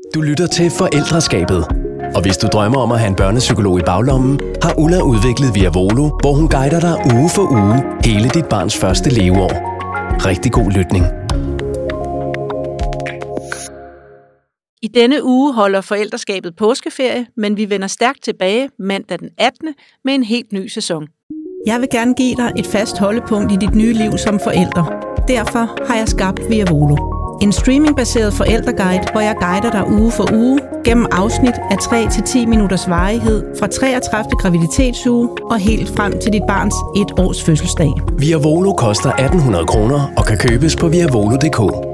Du lytter til Forældreskabet. Og hvis du drømmer om at have en børnepsykolog i baglommen, har Ulla udviklet Viavolo, hvor hun guider dig uge for uge hele dit barns første leveår. Rigtig god lytning. I denne uge holder Forældreskabet påskeferie, men vi vender stærkt tilbage mandag den 18. med en helt ny sæson. Jeg vil gerne give dig et fast holdepunkt i dit nye liv som forælder. Derfor har jeg skabt Viavolo. En streamingbaseret forældreguide, hvor jeg guider dig uge for uge gennem afsnit af 3-10 minutters varighed fra 33. graviditetsuge og helt frem til dit barns 1 års fødselsdag. Viavolo koster 1.800 kroner og kan købes på viavolo.dk.